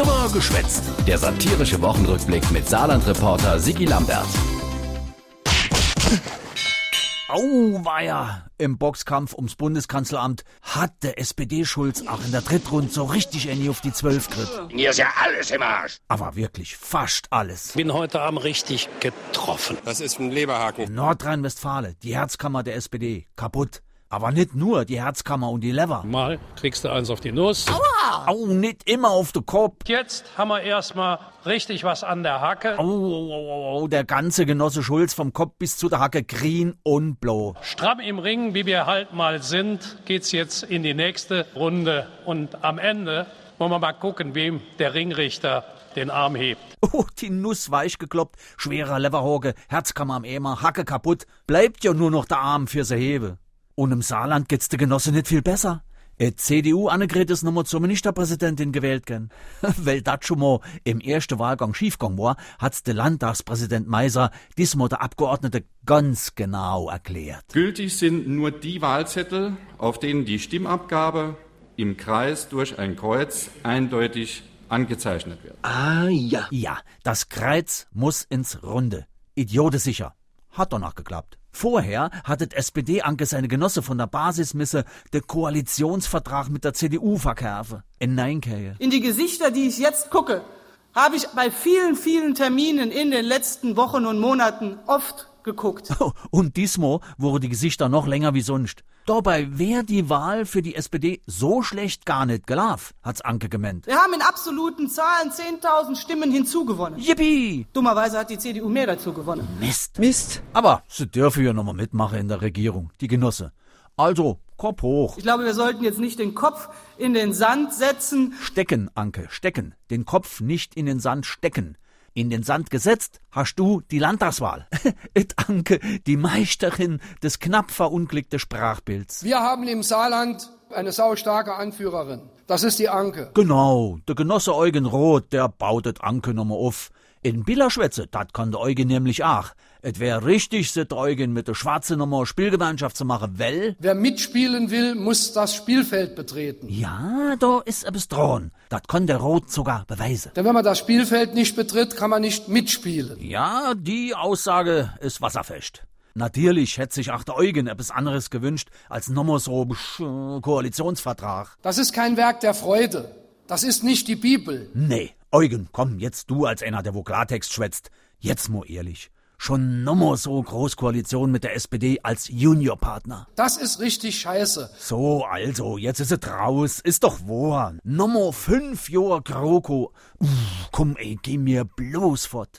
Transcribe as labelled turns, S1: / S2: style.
S1: Trimmer geschwätzt. Der satirische Wochenrückblick mit Saarland-Reporter Sigi Lambert.
S2: Auweia! Im Boxkampf ums Bundeskanzleramt hat der SPD-Schulz auch in der Drittrunde so richtig auf die 12 gekriegt.
S3: Hier ist ja alles im Arsch.
S2: Aber wirklich fast alles.
S4: Bin heute Abend richtig getroffen.
S3: Das ist ein Leberhaken.
S2: Nordrhein-Westfalen, die Herzkammer der SPD, kaputt. Aber nicht nur die Herzkammer und die Lever.
S4: Mal kriegst du eins auf die Nuss.
S2: Au, nicht immer auf den Kopf.
S4: Jetzt haben wir erstmal richtig was an der Hacke.
S2: Au, der ganze Genosse Schulz vom Kopf bis zu der Hacke grün und blau.
S4: Stramm im Ring, wie wir halt mal sind, geht's jetzt in die nächste Runde. Und am Ende wollen wir mal gucken, wem der Ringrichter den Arm hebt.
S2: Oh, die Nuss weich gekloppt, schwerer Leverhoge, Herzkammer am Eimer, Hacke kaputt. Bleibt ja nur noch der Arm für se Hebe. Und im Saarland geht's der Genosse nicht viel besser. CDU Annegret ist nochmal zur Ministerpräsidentin gewählt gen. Weil das schon mal im ersten Wahlgang schiefgegangen war, hat's der Landtagspräsident Meiser diesmal der Abgeordnete ganz genau erklärt.
S5: Gültig sind nur die Wahlzettel, auf denen die Stimmabgabe im Kreis durch ein Kreuz eindeutig angezeichnet wird.
S2: Ah ja. Ja, das Kreuz muss ins Runde. Idiotesicher. Hat doch noch geklappt. Vorher hattet SPD-Anke seine Genosse von der Basismisse den Koalitionsvertrag mit der CDU verkaufen. In Neinkehe.
S6: In die Gesichter, die ich jetzt gucke, habe ich bei vielen, vielen Terminen in den letzten Wochen und Monaten oft geguckt.
S2: Und diesmal wurden die Gesichter noch länger wie sonst. Dabei wär die Wahl für die SPD so schlecht gar nicht gelaufen, hat's Anke gemeint.
S6: Wir haben in absoluten Zahlen 10.000 Stimmen hinzugewonnen.
S2: Yippie!
S6: Dummerweise hat die CDU mehr dazu gewonnen.
S2: Mist. Aber sie dürfen ja nochmal mitmachen in der Regierung, die Genosse. Also, Kopf hoch.
S6: Ich glaube, wir sollten jetzt nicht den Kopf in den Sand setzen.
S2: Stecken, Anke, stecken. Den Kopf nicht in den Sand stecken. In den Sand gesetzt hast du die Landtagswahl. Et Anke, die Meisterin des knapp verunglückten Sprachbilds.
S7: Wir haben im Saarland eine saustarke Anführerin. Das ist die Anke.
S2: Genau, der Genosse Eugen Roth, der bautet Anke nochmal auf. In Billerschwätze, dat kann der Eugen nämlich auch. Et wär richtig, sit Eugen mit der Schwarze nochmal Spielgemeinschaft zu machen, weil...
S7: Wer mitspielen will, muss das Spielfeld betreten.
S2: Ja, da ist etwas dran. Dat kann der Roth sogar beweisen.
S7: Denn wenn man das Spielfeld nicht betritt, kann man nicht mitspielen.
S2: Ja, die Aussage ist wasserfest. Natürlich hätte sich auch der Eugen etwas anderes gewünscht als nochmal so Koalitionsvertrag.
S7: Das ist kein Werk der Freude. Das ist nicht die Bibel.
S2: Nee, Eugen, komm, jetzt du als einer, der wo Klartext schwätzt. Jetzt mal ehrlich. Schon nochmal so Großkoalition mit der SPD als Juniorpartner.
S7: Das ist richtig scheiße.
S2: So, also, jetzt ist es raus. Ist doch wahr. Nochmal 5 Jahre GroKo. Komm, ey, geh mir bloß fort.